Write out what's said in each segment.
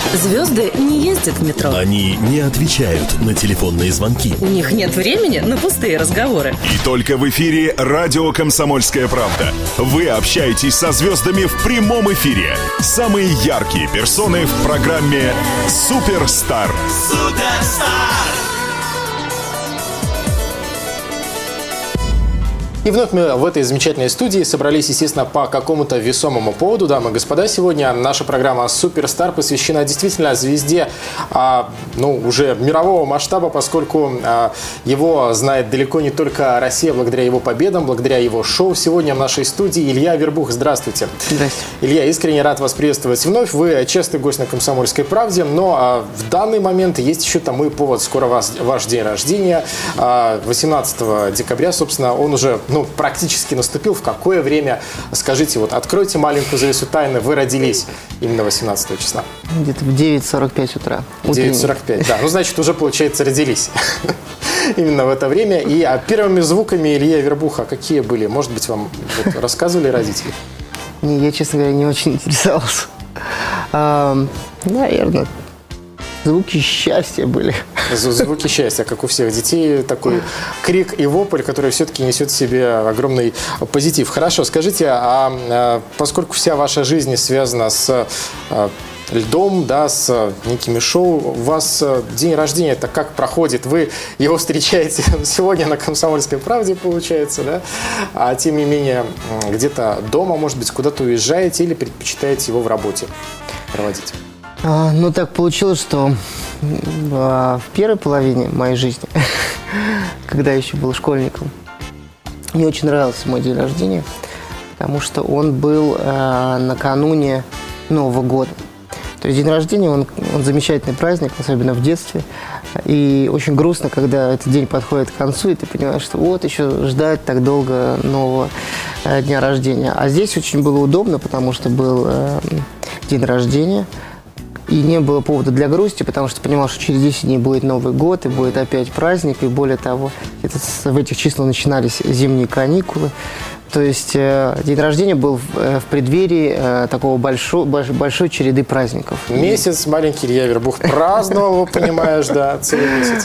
Звезды не ездят в метро. Они не отвечают на телефонные звонки. У них нет времени на пустые разговоры. И только в эфире радио «Комсомольская правда» вы общаетесь со звездами в прямом эфире. Самые яркие персоны в программе «Суперстар». И вновь мы в этой замечательной студии собрались, естественно, по какому-то весомому поводу. Дамы и господа, сегодня наша программа «Суперстар» посвящена действительно звезде, уже мирового масштаба, поскольку его знает далеко не только Россия благодаря его победам, благодаря его шоу. Сегодня в нашей студии Илья Вербух. Здравствуйте. Здравствуйте. Илья, искренне рад вас приветствовать вновь. Вы частый гость на «Комсомольской правде», но в данный момент есть еще тому и повод. Скоро ваш день рождения. 18 декабря, собственно, он уже практически наступил. В какое время? Скажите, откройте маленькую завесу тайны. Вы родились именно 18 числа. Где-то в 9:45 утра. 9:45, да. Значит, уже, получается, родились. Именно в это время. И первыми звуками Илья Вербуха какие были? Может быть, вам рассказывали родители? Я, честно говоря, не очень интересовался. Наверное, звуки счастья были. Звуки счастья, как у всех детей, такой крик и вопль, который все-таки несет в себе огромный позитив. Хорошо, скажите, поскольку вся ваша жизнь связана с льдом, с некими шоу, у вас день рождения это как проходит? Вы его встречаете сегодня на «Комсомольской правде», получается, да? А тем не менее, где-то дома, может быть, куда-то уезжаете или предпочитаете его в работе проводить? Так получилось, что в первой половине моей жизни, когда я еще был школьником, мне очень нравился мой день рождения, потому что он был накануне Нового года. То есть день рождения, он замечательный праздник, особенно в детстве. И очень грустно, когда этот день подходит к концу, и ты понимаешь, что еще ждать так долго нового дня рождения. А здесь очень было удобно, потому что был день рождения. И не было повода для грусти, потому что понимал, что через 10 дней будет Новый год, и будет опять праздник, и более того, в этих числах начинались зимние каникулы. То есть день рождения был в преддверии такого большой череды праздников. Месяц маленький Илья Вербух праздновал, понимаешь, целый месяц.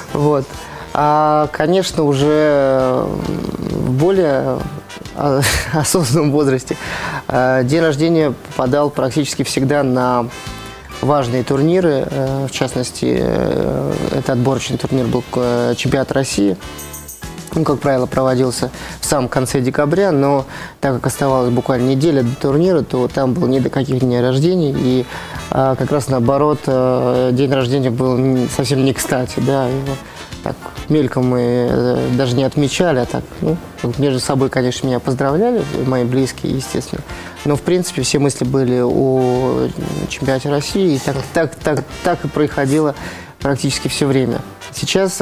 А, конечно, уже в более осознанном возрасте день рождения попадал практически всегда на важные турниры, в частности, это отборочный турнир был чемпионат России. Он, как правило, проводился в самом конце декабря, но так как оставалась буквально неделя до турнира, то там было ни до каких дней рождения, и как раз наоборот, день рождения был совсем не кстати, его так мельком мы даже не отмечали, а так, между собой, конечно, меня поздравляли, мои близкие, естественно. Но, в принципе, все мысли были о чемпионате России, и так и происходило практически все время. Сейчас,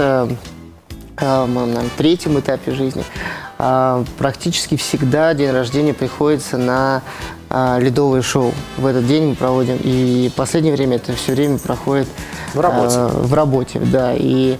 на третьем этапе жизни, практически всегда день рождения приходится на ледовое шоу. В этот день мы проводим, и в последнее время это все время проходит в работе, и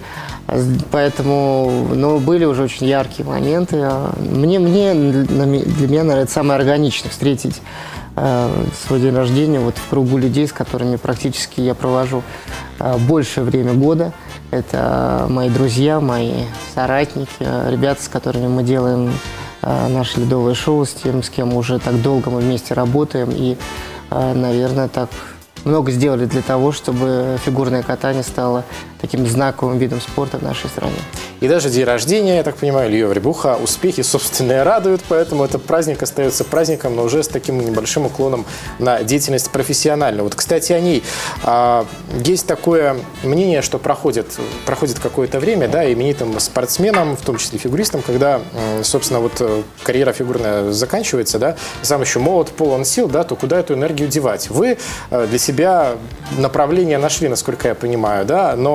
поэтому, были уже очень яркие моменты. Для меня, наверное, это самое органичное — встретить свой день рождения в кругу людей, с которыми практически я провожу большее время года. Это мои друзья, мои соратники, ребята, с которыми мы делаем наше ледовое шоу, с кем уже так долго мы вместе работаем. И, наверное, так много сделали для того, чтобы фигурное катание стало таким знаковым видом спорта в нашей стране. И даже день рождения, я так понимаю, Ильи Вербуха, успехи собственные радуют, поэтому этот праздник остается праздником, но уже с таким небольшим уклоном на деятельность профессиональную. Кстати, о ней. Есть такое мнение, что проходит какое-то время, именитым спортсменам, в том числе фигуристам, когда, собственно, карьера фигурная заканчивается, сам еще молод, полон сил, то куда эту энергию девать? Вы для себя направление нашли, насколько я понимаю, но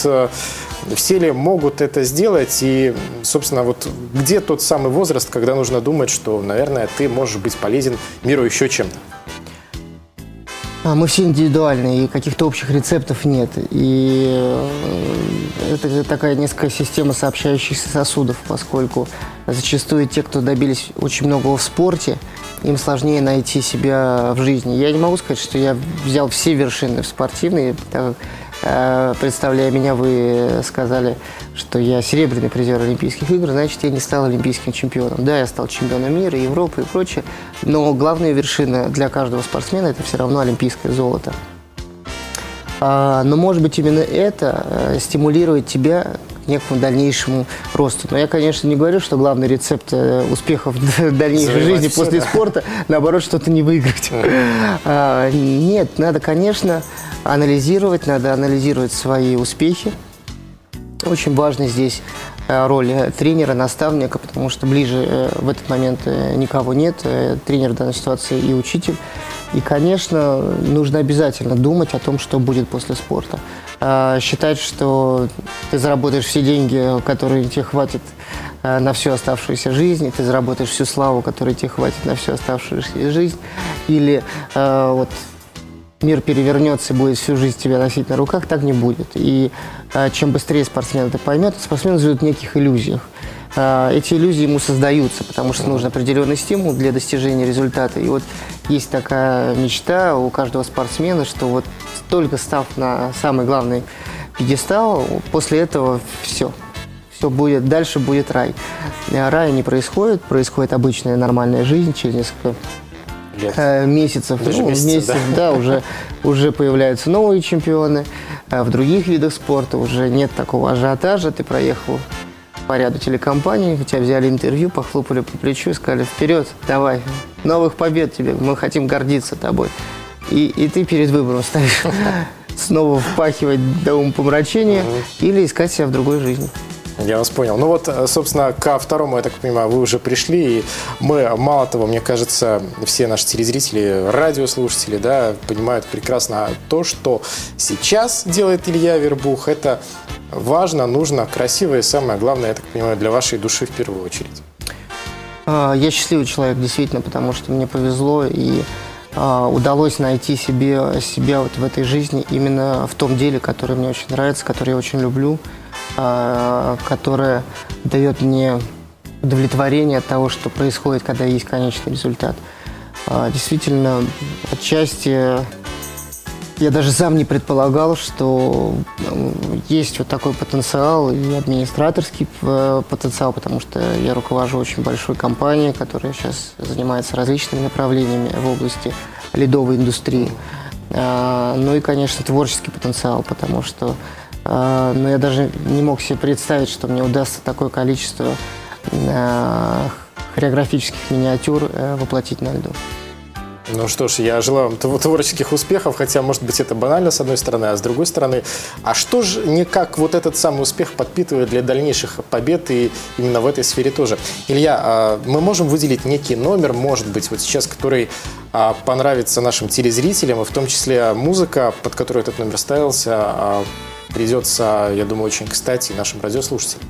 все ли могут это сделать? И, собственно, где тот самый возраст, когда нужно думать, что, наверное, ты можешь быть полезен миру еще чем-то? Мы все индивидуальны, и каких-то общих рецептов нет. И это такая несколько система сообщающихся сосудов, поскольку зачастую те, кто добились очень многого в спорте, им сложнее найти себя в жизни. Я не могу сказать, что я взял все вершины в спортивные. Представляя меня, вы сказали, что я серебряный призер Олимпийских игр, значит, я не стал олимпийским чемпионом. Да, я стал чемпионом мира, Европы и прочее, но главная вершина для каждого спортсмена – это все равно олимпийское золото. Но, может быть, именно это стимулирует тебя к некому дальнейшему росту. Но я, конечно, не говорю, что главный рецепт успехов в дальнейшей жизни после спорта, наоборот, что-то не выиграть. Нет, надо, конечно, анализировать свои успехи. Очень важна здесь роль тренера, наставника, потому что ближе в этот момент никого нет. Тренер в данной ситуации и учитель. И, конечно, нужно обязательно думать о том, что будет после спорта. Считать, что ты заработаешь все деньги, которые тебе хватит на всю оставшуюся жизнь, и ты заработаешь всю славу, которая тебе хватит на всю оставшуюся жизнь, или вот мир перевернется и будет всю жизнь тебя носить на руках, так не будет. И чем быстрее спортсмен это поймет, спортсмен живет в неких иллюзиях. Эти иллюзии ему создаются, потому что нужен определенный стимул для достижения результата. И вот есть такая мечта у каждого спортсмена, что вот только став на самый главный пьедестал, после этого все будет, дальше будет рай. Рая не происходит, происходит обычная нормальная жизнь через несколько месяцев, да, уже появляются новые чемпионы. В других видах спорта уже нет такого ажиотажа. Ты проехал по ряду телекомпаний, у тебя взяли интервью, похлопали по плечу и сказали: вперед, давай, новых побед тебе, мы хотим гордиться тобой. И ты перед выбором стоишь: снова впахивать до умопомрачения или искать себя в другой жизни. Я вас понял. Ну вот, собственно, ко второму, я так понимаю, вы уже пришли, и мы, мало того, мне кажется, все наши телезрители, радиослушатели, да, понимают прекрасно то, что сейчас делает Илья Авербух. Это важно, нужно, красиво и, самое главное, я так понимаю, для вашей души в первую очередь. Я счастливый человек, действительно, потому что мне повезло, и удалось найти себя вот в этой жизни именно в том деле, которое мне очень нравится, которое я очень люблю, которое дает мне удовлетворение от того, что происходит, когда есть конечный результат. Действительно, отчасти я даже сам не предполагал, что есть вот такой потенциал и администраторский потенциал, потому что я руковожу очень большой компанией, которая сейчас занимается различными направлениями в области ледовой индустрии. Ну и, конечно, творческий потенциал, потому что я даже не мог себе представить, что мне удастся такое количество хореографических миниатюр воплотить на льду. Ну что ж, я желаю вам творческих успехов, хотя, может быть, это банально с одной стороны, а с другой стороны, а что же никак вот этот самый успех подпитывает для дальнейших побед и именно в этой сфере тоже? Илья, мы можем выделить некий номер, может быть, вот сейчас, который понравится нашим телезрителям, и в том числе музыка, под которую этот номер ставился, придется, я думаю, очень кстати нашим радиослушателям.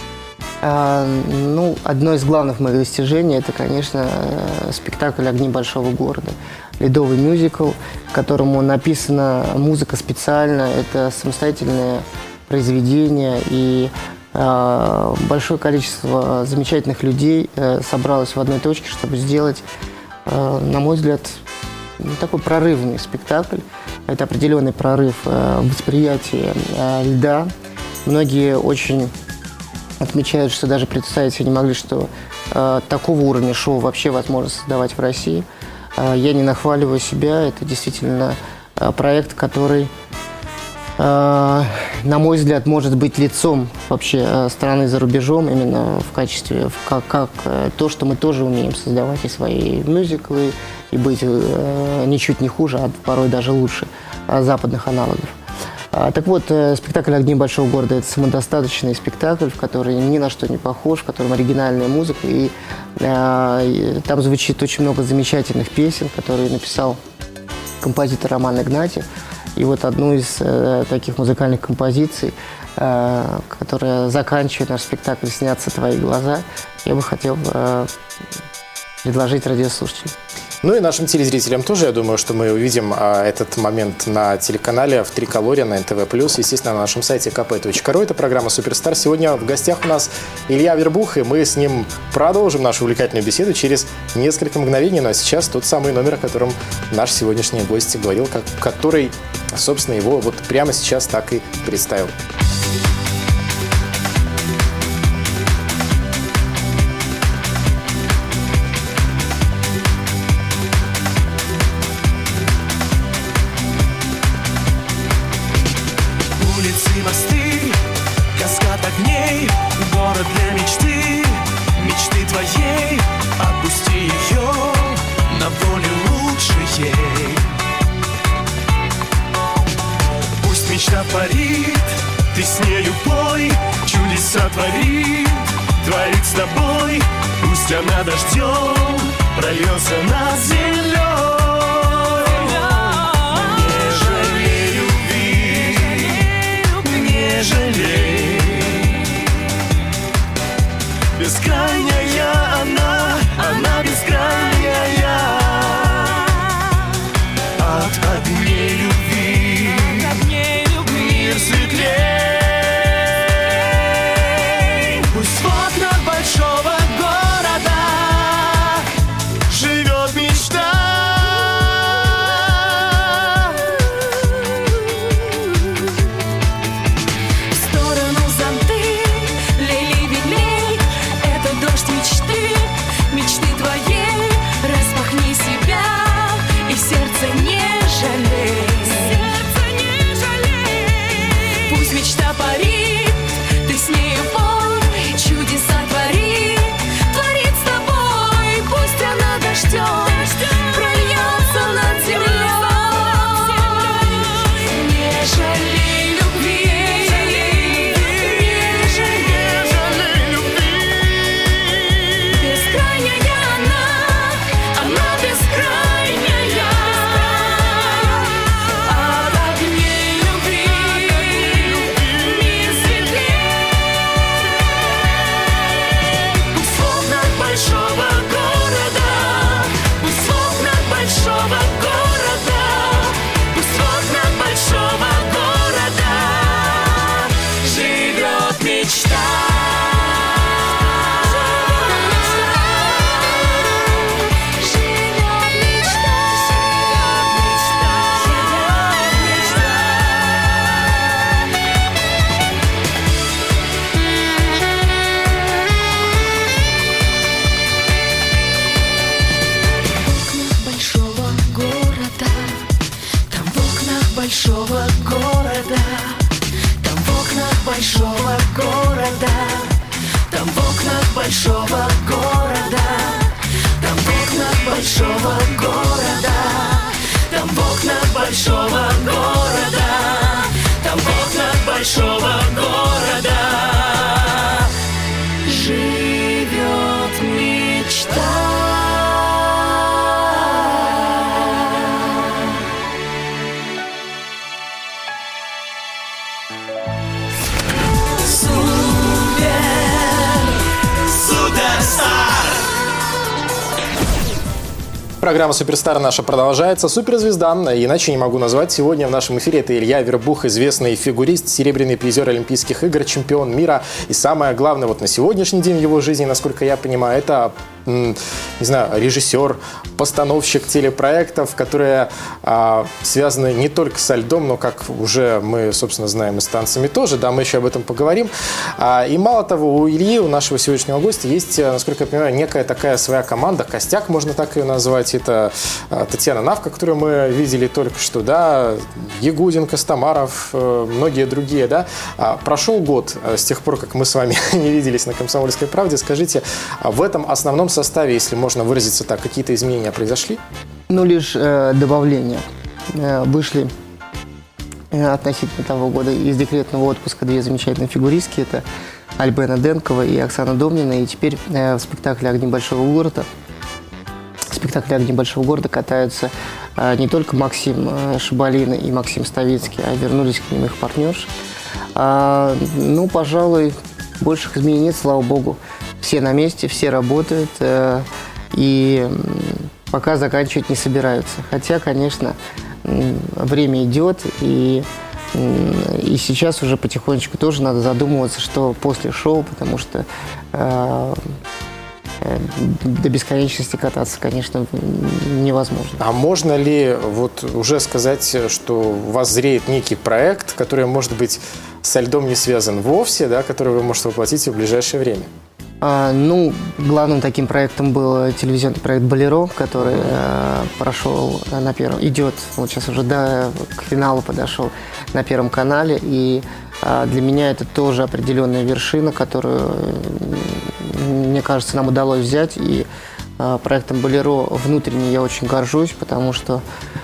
Одно из главных моих достижений – это, конечно, спектакль «Огни большого города». Ледовый мюзикл, которому написана музыка специально. Это самостоятельное произведение, и большое количество замечательных людей собралось в одной точке, чтобы сделать, на мой взгляд, такой прорывный спектакль. Это определенный прорыв восприятия льда. Многие очень отмечают, что даже представить себе не могли, что такого уровня шоу вообще возможно создавать в России. Я не нахваливаю себя, это действительно проект, который, на мой взгляд, может быть лицом вообще страны за рубежом, именно в качестве, как то, что мы тоже умеем создавать и свои мюзиклы, и быть ничуть не хуже, а порой даже лучше западных аналогов. Так вот, спектакль «Огни большого города» – это самодостаточный спектакль, в который ни на что не похож, в котором оригинальная музыка, и там звучит очень много замечательных песен, которые написал композитор Роман Игнатьев. И вот одну из таких музыкальных композиций, которая заканчивает наш спектакль «Снятся твои глаза», я бы хотел предложить радиослушателям. Ну и нашим телезрителям тоже, я думаю, что мы увидим этот момент на телеканале в Триколоре, на НТВ+, естественно, на нашем сайте kp.ru. Это программа «Суперстар». Сегодня в гостях у нас Илья Авербух, и мы с ним продолжим нашу увлекательную беседу через несколько мгновений. Ну а сейчас тот самый номер, о котором наш сегодняшний гость говорил, который, собственно, его вот прямо сейчас так и представил. Мосты, каскад огней, город для мечты, мечты твоей, отпусти ее на волю лучше ей. Пусть мечта парит, ты с нею пой, чудеса творит с тобой. Пусть она дождем прольется над землей. Не жалей. Бескрайняя она бескрайняя. От огней любви мир светлей. Пусть в окнах большого города живет мечта. Программа «Суперстар» наша продолжается. Суперзвезда, иначе не могу назвать. Сегодня в нашем эфире это Илья Авербух, известный фигурист, серебряный призер Олимпийских игр, чемпион мира. И самое главное, вот на сегодняшний день в его жизни, насколько я понимаю, это, не знаю, режиссер, постановщик телепроектов, которые связаны не только со льдом, но, как уже мы, собственно, знаем, и с танцами тоже. Да, мы еще об этом поговорим. И мало того, у Ильи, у нашего сегодняшнего гостя, есть, насколько я понимаю, некая такая своя команда, костяк, можно так ее назвать. Это Татьяна Навка, которую мы видели только что, да, Ягудин, Костомаров, многие другие, да. Прошел год с тех пор, как мы с вами не виделись на «Комсомольской правде». Скажите, в этом основном составе, если можно выразиться так, какие-то изменения произошли? Ну, лишь добавления. Вышли относительно того года из декретного отпуска две замечательные фигуристки. Это Альбена Денкова и Оксана Домнина. И теперь в спектакле «Огни большого города» катаются не только Максим Шабалин и Максим Ставицкий, а вернулись к ним их партнерши. Ну, пожалуй, больших изменений нет, слава богу. Все на месте, все работают. И пока заканчивать не собираются. Хотя, конечно, время идет, и сейчас уже потихонечку тоже надо задумываться, что после шоу, потому что до бесконечности кататься, конечно, невозможно. А можно ли вот уже сказать, что у вас зреет некий проект, который, может быть, со льдом не связан вовсе, да, который вы можете воплотить в ближайшее время? Главным таким проектом был телевизионный проект «Болеро», который прошел на первом, идет, вот сейчас уже к финалу подошел на Первом канале, и для меня это тоже определенная вершина, которую, мне кажется, нам удалось взять, и проектом «Болеро» внутренне я очень горжусь, потому что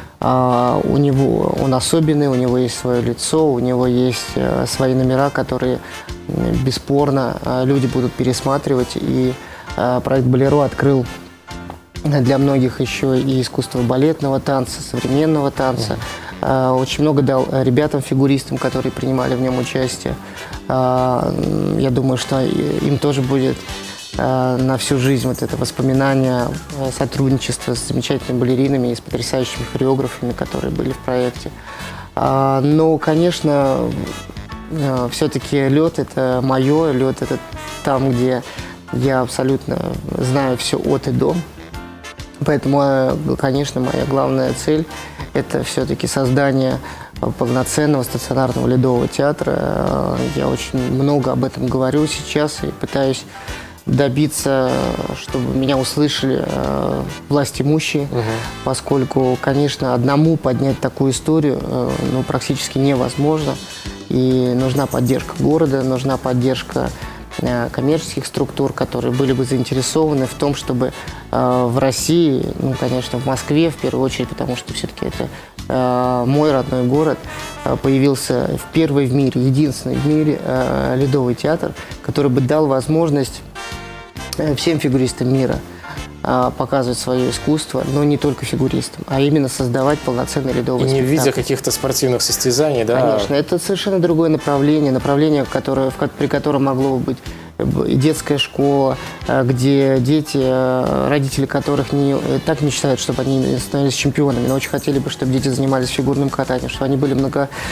он особенный, у него есть свое лицо, у него есть свои номера, которые бесспорно люди будут пересматривать. И проект «Болеро» открыл для многих еще и искусство балетного танца, современного танца. Очень много дал ребятам-фигуристам, которые принимали в нем участие. Я думаю, что им тоже будет на всю жизнь вот это воспоминание сотрудничества с замечательными балеринами и с потрясающими хореографами, которые были в проекте. Но, конечно, все-таки лед – это мое, лед – это там, где я абсолютно знаю все от и до. Поэтому, конечно, моя главная цель – это все-таки создание полноценного стационарного ледового театра. Я очень много об этом говорю сейчас и пытаюсь добиться, чтобы меня услышали власть имущие, поскольку, конечно, одному поднять такую историю практически невозможно. И нужна поддержка города, нужна поддержка коммерческих структур, которые были бы заинтересованы в том, чтобы в России, конечно, в Москве в первую очередь, потому что все-таки это мой родной город, появился первый в мире, единственный в мире ледовый театр, который бы дал возможность всем фигуристам мира показывать свое искусство, но не только фигуристам, а именно создавать полноценный ледовый спектакль. И не в виде каких-то спортивных состязаний, да? Конечно, это совершенно другое направление, при котором могло бы быть и детская школа, где дети, родители которых так мечтают, чтобы они становились чемпионами, но очень хотели бы, чтобы дети занимались фигурным катанием, чтобы они были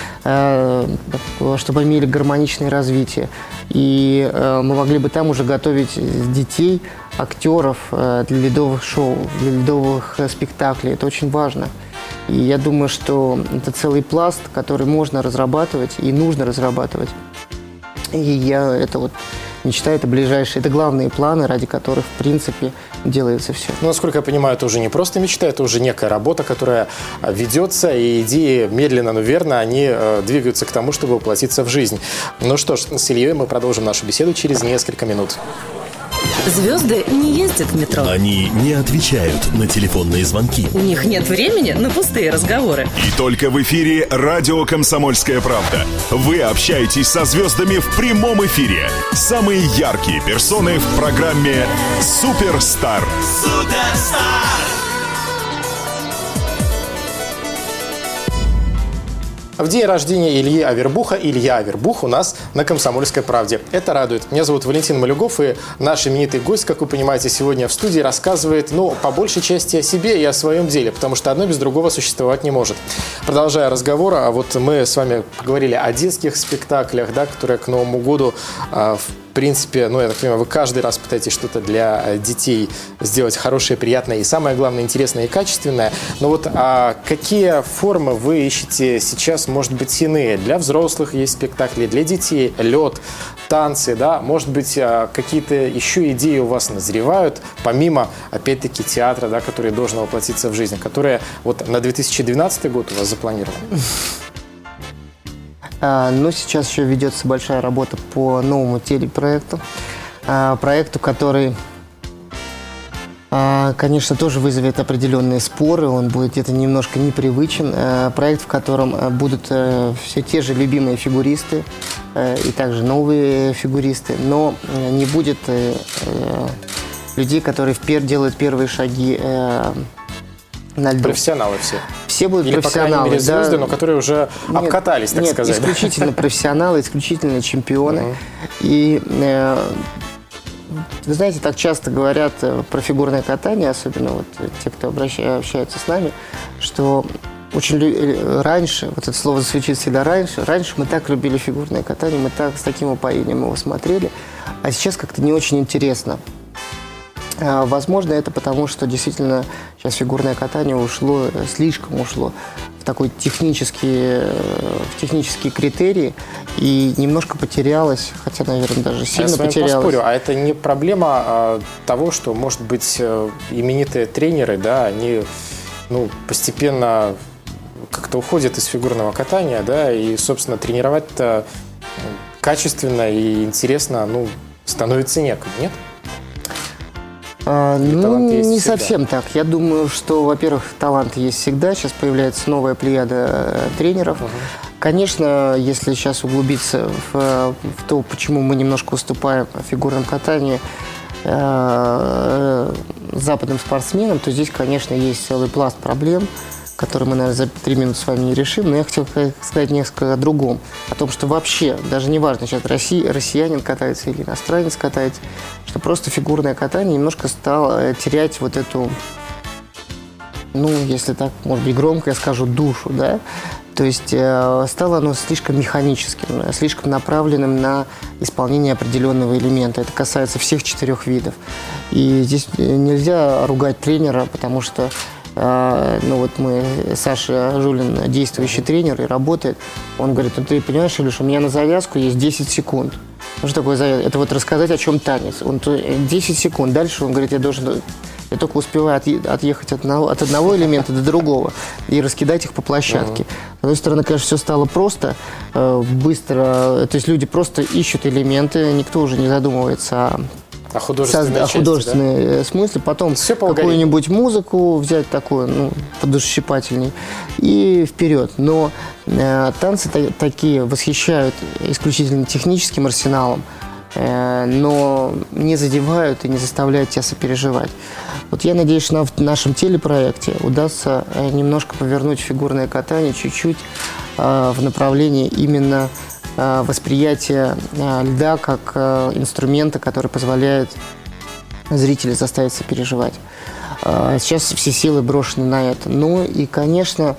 чтобы имели гармоничное развитие. И мы могли бы там уже готовить детей, актеров для ледовых шоу, для ледовых спектаклей. Это очень важно. И я думаю, что это целый пласт, который можно разрабатывать и нужно разрабатывать. И мечта – это ближайшие, это главные планы, ради которых, в принципе, делается все. Насколько я понимаю, это уже не просто мечта, это уже некая работа, которая ведется, и идеи медленно, но верно, они двигаются к тому, чтобы воплотиться в жизнь. Ну что ж, с Ильей мы продолжим нашу беседу через несколько минут. Звезды не ездят в метро. Они не отвечают на телефонные звонки. У них нет времени на пустые разговоры. И только в эфире радио «Комсомольская правда» вы общаетесь со звездами в прямом эфире. Самые яркие персоны в программе «Суперстар». Суперстар. В день рождения Ильи Авербуха Илья Авербух у нас на «Комсомольской правде». Это радует. Меня зовут Валентин Малюгов, и наш именитый гость, как вы понимаете, сегодня в студии рассказывает, по большей части о себе и о своем деле, потому что одно без другого существовать не может. Продолжая разговор, мы с вами поговорили о детских спектаклях, да, которые к Новому году в принципе, я так понимаю, вы каждый раз пытаетесь что-то для детей сделать хорошее, приятное и, самое главное, интересное и качественное. Но какие формы вы ищете сейчас, может быть, иные? Для взрослых есть спектакли, для детей лед, танцы, да? Может быть, какие-то еще идеи у вас назревают, помимо, опять-таки, театра, да, который должен воплотиться в жизнь, которые на 2012 год у вас запланированы? Сейчас еще ведется большая работа по новому телепроекту. Проекту, который, конечно, тоже вызовет определенные споры. Он будет где-то немножко непривычен. Проект, в котором будут все те же любимые фигуристы и также новые фигуристы. Но не будет людей, которые делают первые шаги на льду. Профессионалы все. Все будут или, профессионалы. По крайней мере, звезды, но которые уже обкатались, так сказать. Исключительно профессионалы, исключительно чемпионы. И Вы знаете, так часто говорят про фигурное катание, особенно вот те, кто общается с нами, что очень раньше, вот это слово звучит всегда раньше мы так любили фигурное катание, мы так с таким упоением его смотрели, а сейчас как-то не очень интересно. Возможно, это потому, что действительно сейчас фигурное катание слишком ушло в такой технические критерии и немножко потерялось, хотя, наверное, даже сильно потерялось. Я с вами поспорю, а это не проблема того, что, может быть, именитые тренеры, да, они постепенно как-то уходят из фигурного катания, да, и, собственно, тренировать-то качественно и интересно, становится некому, нет? Не совсем так. Я думаю, что, во-первых, талант есть всегда. Сейчас появляется новая плеяда тренеров. Конечно, если сейчас углубиться в то, почему мы немножко уступаем в фигурном катании западным спортсменам, то здесь, конечно, есть целый пласт проблем, которые мы, наверное, за 3 минуты с вами не решим. Но я хотел сказать несколько о другом. О том, что вообще, даже не важно, сейчас россиянин катается или иностранец катается, что просто фигурное катание немножко стало терять вот эту, если так, может быть, громко я скажу, душу, да? То есть стало оно слишком механическим, слишком направленным на исполнение определенного элемента. Это касается всех 4 видов. И здесь нельзя ругать тренера, потому что Саша Жулин, действующий тренер, и работает. Он говорит, ты понимаешь, Илюш, у меня на завязку есть 10 секунд. Что такое завязка? Это вот рассказать, о чем танец. 10 секунд. Дальше он говорит, я только успеваю отъехать от одного элемента до другого и раскидать их по площадке. С одной стороны, конечно, все стало просто, быстро. То есть люди просто ищут элементы, никто уже не задумывается о художественной смысле. Потом какую-нибудь музыку взять такую, подушещипательней, и вперед. Но танцы такие восхищают исключительно техническим арсеналом, но не задевают и не заставляют тебя сопереживать. Вот я надеюсь, что в нашем телепроекте удастся немножко повернуть фигурное катание чуть-чуть в направлении именно восприятия льда как инструмента, который позволяет зрителя заставить сопереживать. Сейчас все силы брошены на это. Ну и, конечно,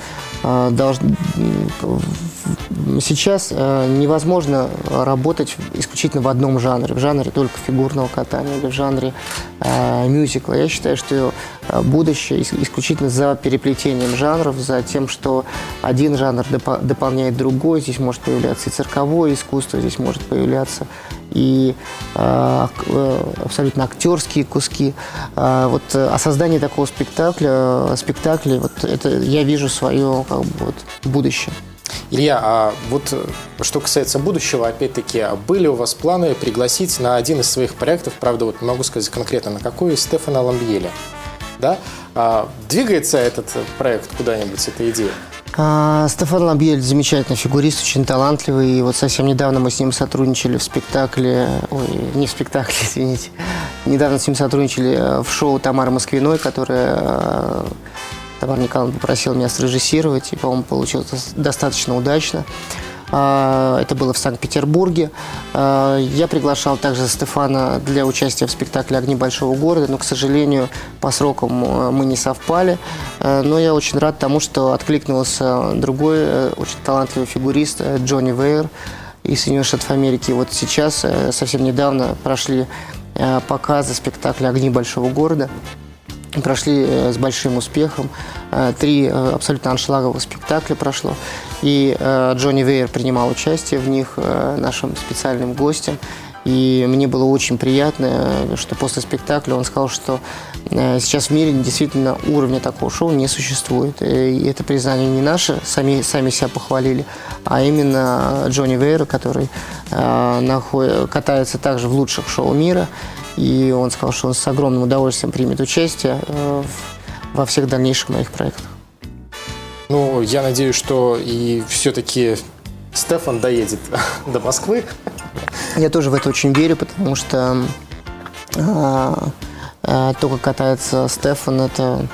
сейчас невозможно работать исключительно в одном жанре, в жанре только фигурного катания или в жанре мюзикла. Я считаю, что будущее исключительно за переплетением жанров, за тем, что один жанр дополняет другой. Здесь может появляться и цирковое искусство, здесь может появляться и абсолютно актерские куски. Вот о создании такого спектакля, вот это я вижу свое будущее. Илья, а вот что касается будущего, опять-таки, были у вас планы пригласить на один из своих проектов, правда, вот могу сказать конкретно, на какой, Стефана Ламбьеля, да? Двигается этот проект куда-нибудь, эта идея? Стефан Ламбьель замечательный фигурист, очень талантливый. И вот совсем недавно мы с ним сотрудничали в спектакле, извините. Недавно с ним сотрудничали в шоу Тамары Москвиной, которое Тамара Николаевна попросила меня срежиссировать, и, по-моему, получилось достаточно удачно. Это было в Санкт-Петербурге. Я приглашал также Стефана для участия в спектакле «Огни большого города», но, к сожалению, по срокам мы не совпали. Но я очень рад тому, что откликнулся другой очень талантливый фигурист Джонни Вейер из Соединенных Штатов Америки. Вот сейчас, совсем недавно, прошли показы спектакля «Огни большого города». Прошли с большим успехом. 3 абсолютно аншлаговых спектакля прошло. И Джонни Вейер принимал участие в них нашим специальным гостем. И мне было очень приятно, что после спектакля он сказал, что сейчас в мире действительно уровня такого шоу не существует. И это признание не наше, сами себя похвалили, а именно Джонни Вейера, который катается также в лучших шоу мира. И он сказал, что он с огромным удовольствием примет участие во всех дальнейших моих проектах. Ну, я надеюсь, что и все-таки Стефан доедет до Москвы. Я тоже в это очень верю, потому что то, как катается Стефан, это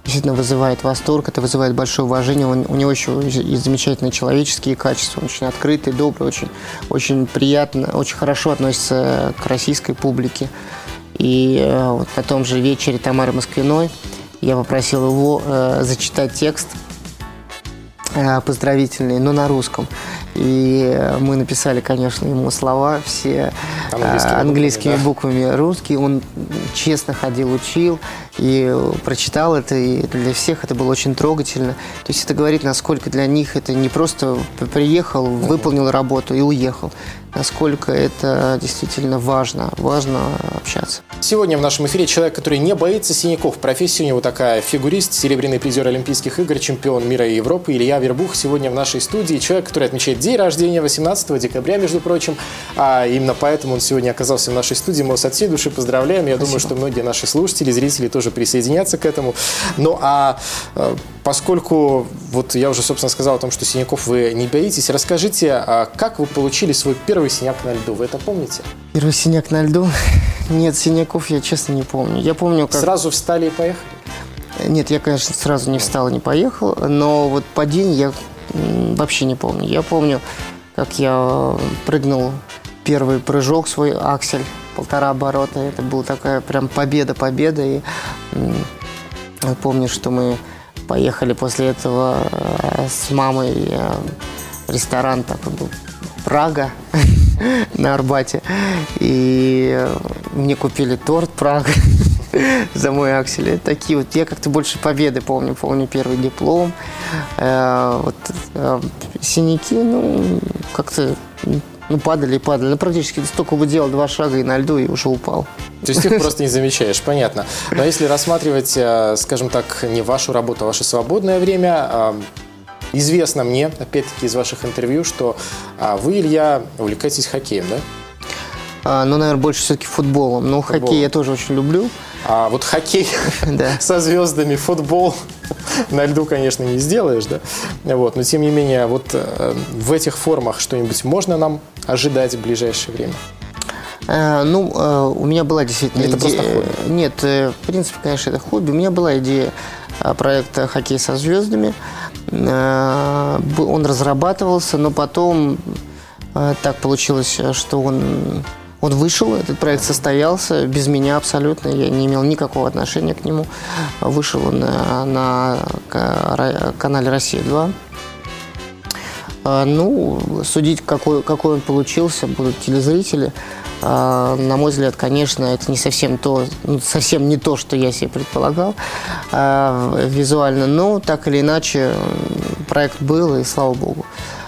действительно вызывает восторг, это вызывает большое уважение. У него еще и замечательные человеческие качества, он очень открытый, добрый, очень приятно, очень хорошо относится к российской публике. И вот на том же вечере Тамары Москвиной я попросил его зачитать текст поздравительный, но на русском. И мы написали, конечно, ему слова все английскими буквами, русские. Он честно ходил, учил и прочитал это. И для всех это было очень трогательно. То есть это говорит, насколько для них это не просто приехал, выполнил работу и уехал. Насколько это действительно важно общаться. Сегодня в нашем эфире человек, который не боится синяков. Профессия у него такая: фигурист, серебряный призер Олимпийских игр, чемпион мира и Европы Илья Вербух сегодня в нашей студии. Человек, который отмечает день рождения 18 декабря, между прочим. Именно поэтому он сегодня оказался в нашей студии. Мы вас от всей души поздравляем. Я думаю, что многие наши слушатели, зрители тоже присоединятся к этому. Ну а поскольку вот я уже, собственно, сказал о том, что синяков вы не боитесь, расскажите, как вы получили свой первый синяк на льду? Вы это помните? Первый синяк на льду? Нет, синяков я, честно, не помню. Я помню, как... Сразу встали и поехали? Нет, я, конечно, сразу не встал и не поехал, но вот падение я вообще не помню. Я помню, как я прыгнул первый прыжок свой, аксель, 1,5 оборота. Это была такая прям победа. И помню, что мы поехали после этого с мамой в ресторан, такой был Прага на Арбате. И мне купили торт Прага за мой аксель. Такие вот, я как-то больше победы помню. Помню первый диплом. Синяки, как-то падали. Практически столько бы делал 2 шага и на льду, и уже упал. То есть их просто не замечаешь, понятно. Но если рассматривать, скажем так, не вашу работу, а ваше свободное время, известно мне, опять-таки, из ваших интервью, что вы, Илья, увлекаетесь хоккеем, да? Наверное, больше все-таки футболом. Но хоккей я тоже очень люблю. А вот хоккей со звездами, футбол на льду, конечно, не сделаешь, да? Вот, но тем не менее, вот в этих формах что-нибудь можно нам ожидать в ближайшее время? У меня была действительно идея. Это просто хобби? Нет, в принципе, конечно, это хобби. У меня была идея проекта «Хоккей со звездами». Он разрабатывался, но потом так получилось, что он вышел, этот проект состоялся без меня абсолютно, я не имел никакого отношения к нему. Вышел он на канале «Россия-2». Судить, какой он получился, будут телезрители. На мой взгляд, конечно, это не совсем совсем не то, что я себе предполагал визуально, но так или иначе проект был, и слава богу.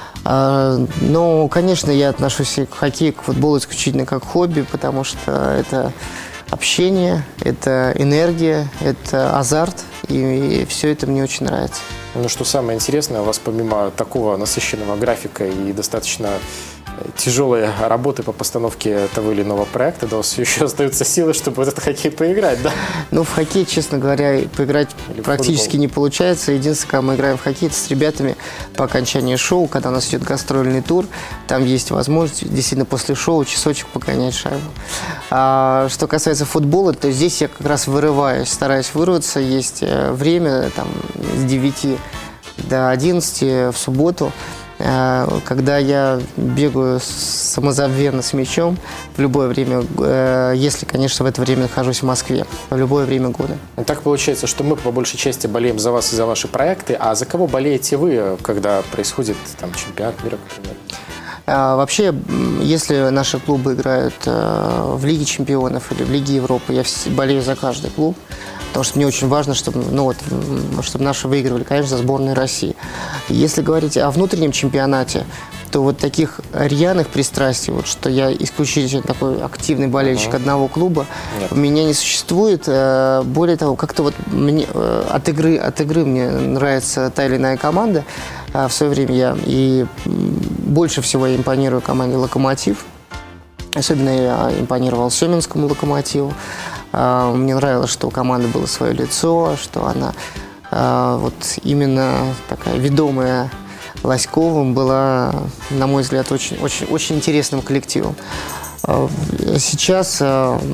Но, конечно, я отношусь к хоккею, к футболу исключительно как хобби, потому что это общение, это энергия, это азарт, и все это мне очень нравится. Что самое интересное, у вас помимо такого насыщенного графика и достаточно тяжелой работы по постановке того или иного проекта, да, у вас еще остаются силы, чтобы в этот хоккей поиграть, да? В хоккей, честно говоря, поиграть практически не получается. Единственное, когда мы играем в хоккей, это с ребятами по окончании шоу, когда у нас идет гастрольный тур, там есть возможность действительно после шоу часочек погонять шайбу. А что касается футбола, то здесь я как раз вырываюсь, стараюсь вырваться. Есть время там, с 9 до 11 в субботу, когда я бегаю самозабвенно с мячом в любое время, если, конечно, в это время нахожусь в Москве, в любое время года. Так получается, что мы по большей части болеем за вас и за ваши проекты, а за кого болеете вы, когда происходит там чемпионат мира, например? Вообще, если наши клубы играют в Лиге чемпионов или в Лиге Европы, я болею за каждый клуб, потому что мне очень важно, чтобы наши выигрывали, конечно, за сборную России. Если говорить о внутреннем чемпионате, то вот таких рьяных пристрастий, вот, что я исключительно такой активный болельщик одного клуба, у меня не существует. Более того, как-то вот мне, от игры мне нравится та или иная команда. В свое время больше всего я импонирую команде «Локомотив». Особенно я импонировал Семенскому «Локомотиву». Мне нравилось, что у команды было свое лицо, что она вот именно такая ведомая Лоськовым была, на мой взгляд, очень интересным коллективом. Сейчас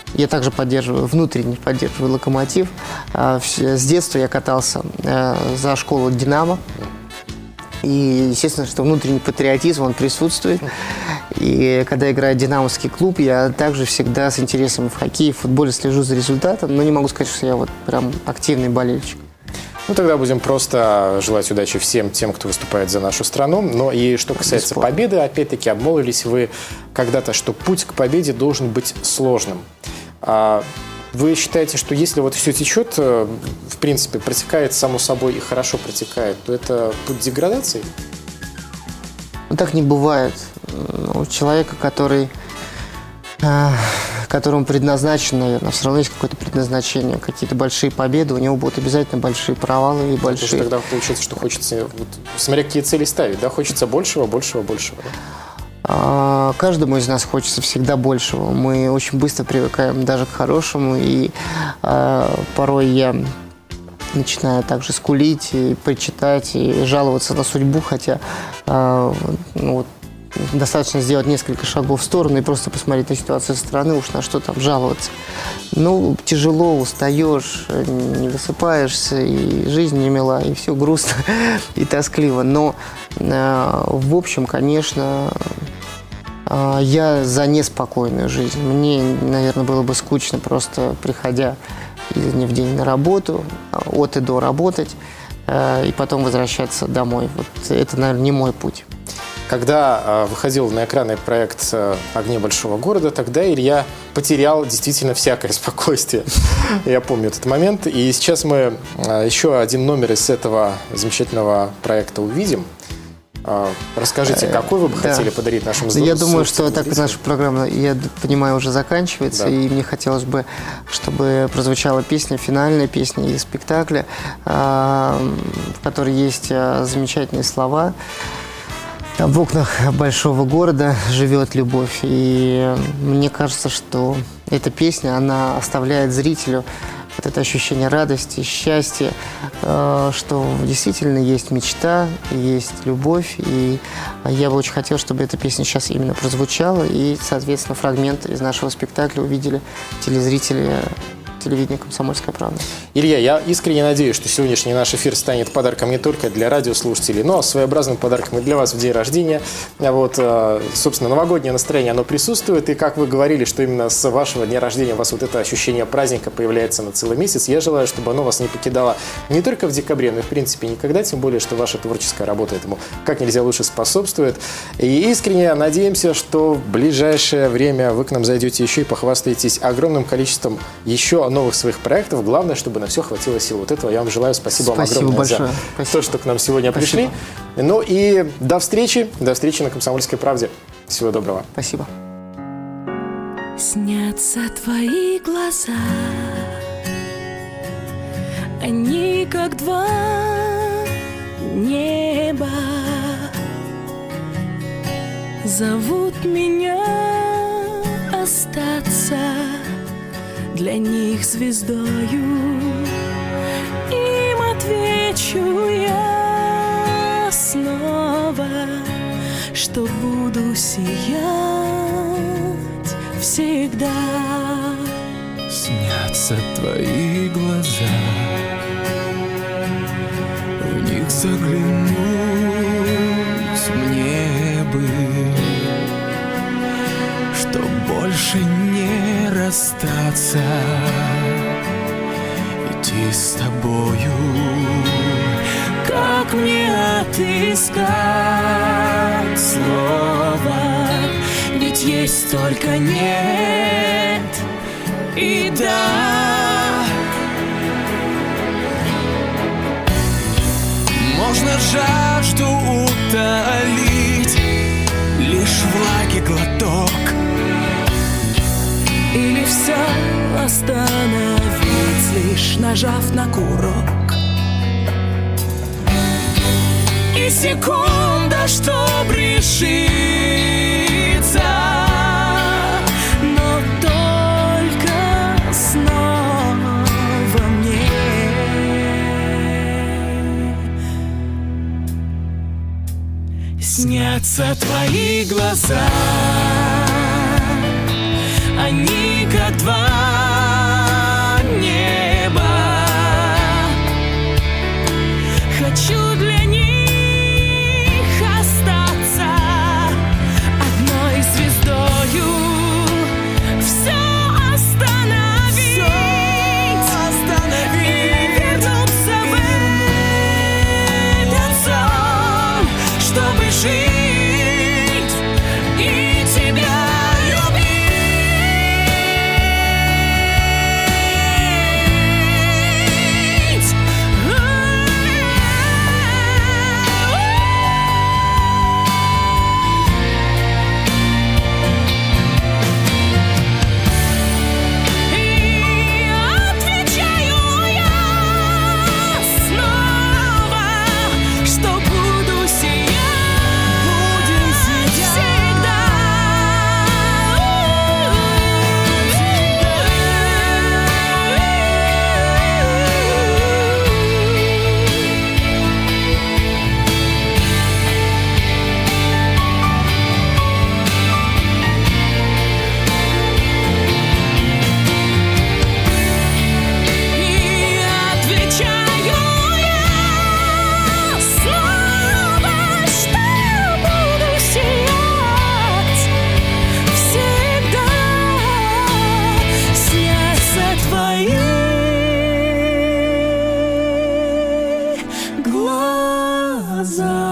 Я также внутренне поддерживаю «Локомотив». С детства я катался за школу «Динамо». И, естественно, что внутренний патриотизм, он присутствует. И когда играет динамовский клуб, я также всегда с интересом в хоккее, в футболе слежу за результатом, но не могу сказать, что я вот прям активный болельщик. Ну, тогда будем просто желать удачи всем тем, кто выступает за нашу страну. Но и что касается победы, опять-таки, обмолвились вы когда-то, что путь к победе должен быть сложным. Вы считаете, что если вот все течет, в принципе, протекает само собой и хорошо протекает, то это путь деградации? Ну, так не бывает. У человека, которому предназначено, наверное, все равно есть какое-то предназначение, какие-то большие победы, у него будут обязательно большие провалы и большие... Потому что тогда получается, что хочется, вот, смотря какие цели ставить, да, хочется большего. Да? Каждому из нас хочется всегда большего. Мы очень быстро привыкаем даже к хорошему, и порой я начинаю также скулить и причитать, и жаловаться на судьбу, хотя достаточно сделать несколько шагов в сторону и просто посмотреть на ситуацию со стороны, уж на что там жаловаться. Ну, тяжело, устаешь, не высыпаешься, и жизнь не мила, и все грустно и тоскливо. Но, в общем, конечно, я за неспокойную жизнь. Мне, наверное, было бы скучно просто приходя изо дня в день на работу, от и до работать, и потом возвращаться домой. Вот это, наверное, не мой путь. Когда выходил на экраны проект «Огни большого города», тогда Илья потерял действительно всякое спокойствие. Я помню этот момент. И сейчас мы еще один номер из этого замечательного проекта увидим. Расскажите, какой вы бы хотели подарить нашим зрителям? Я думаю, что так наша программа, я понимаю, уже заканчивается. Да. И мне хотелось бы, чтобы прозвучала песня, финальная песня из спектакля, в которой есть замечательные слова. В окнах большого города живет любовь. И мне кажется, что эта песня, она оставляет зрителю вот это ощущение радости, счастья, что действительно есть мечта, есть любовь. И я бы очень хотел, чтобы эта песня сейчас именно прозвучала. И, соответственно, фрагмент из нашего спектакля увидели телезрители телевидения «Комсомольская правда». Илья, я искренне надеюсь, что сегодняшний наш эфир станет подарком не только для радиослушателей, но и своеобразным подарком и для вас в день рождения. Вот, собственно, новогоднее настроение, оно присутствует. И как вы говорили, что именно с вашего дня рождения у вас вот это ощущение праздника появляется на целый месяц, я желаю, чтобы оно вас не покидало не только в декабре, но и, в принципе, никогда, тем более, что ваша творческая работа этому как нельзя лучше способствует. И искренне надеемся, что в ближайшее время вы к нам зайдете еще и похвастаетесь огромным количеством еще новых своих проектов. Главное, чтобы на все хватило сил. Вот этого я вам желаю. Спасибо вам огромное большое. За то, что к нам сегодня пришли. Ну и до встречи на «Комсомольской правде». Всего доброго. Спасибо. Снятся твои глаза, они как два неба, зовут меня остаться для них звездою. Им отвечу я снова, что буду сиять всегда. Снятся твои глаза, в них заглянуть мне бы, что больше не расстаться, идти с тобою. Как мне отыскать слово, ведь есть только нет и да. Можно жажду утолить, лишь влаги глоток, или все остановить, лишь нажав на курок. И секунда, чтоб решиться, но только снова мне снятся твои глаза, они как два неба. Хочу для них остаться одной звездою, все остановить и вернуться в этот сон, чтобы жить и тебя любить. И отвечаю я снова, что буду сиять, будем всегда. И отвечаю я снова, что буду сиять всегда. Снятся твои глаза.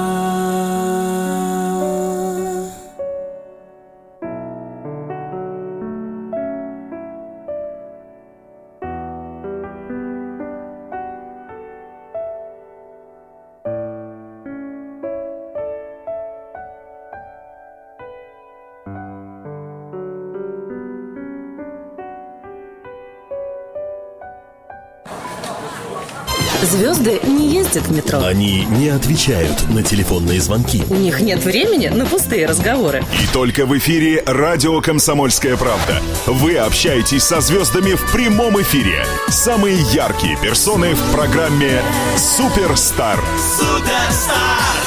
Звезды не ездят в метро. Они не отвечают на телефонные звонки. У них нет времени на пустые разговоры. И только в эфире радио «Комсомольская правда» вы общаетесь со звездами в прямом эфире. Самые яркие персоны в программе «Суперстар». Суперстар.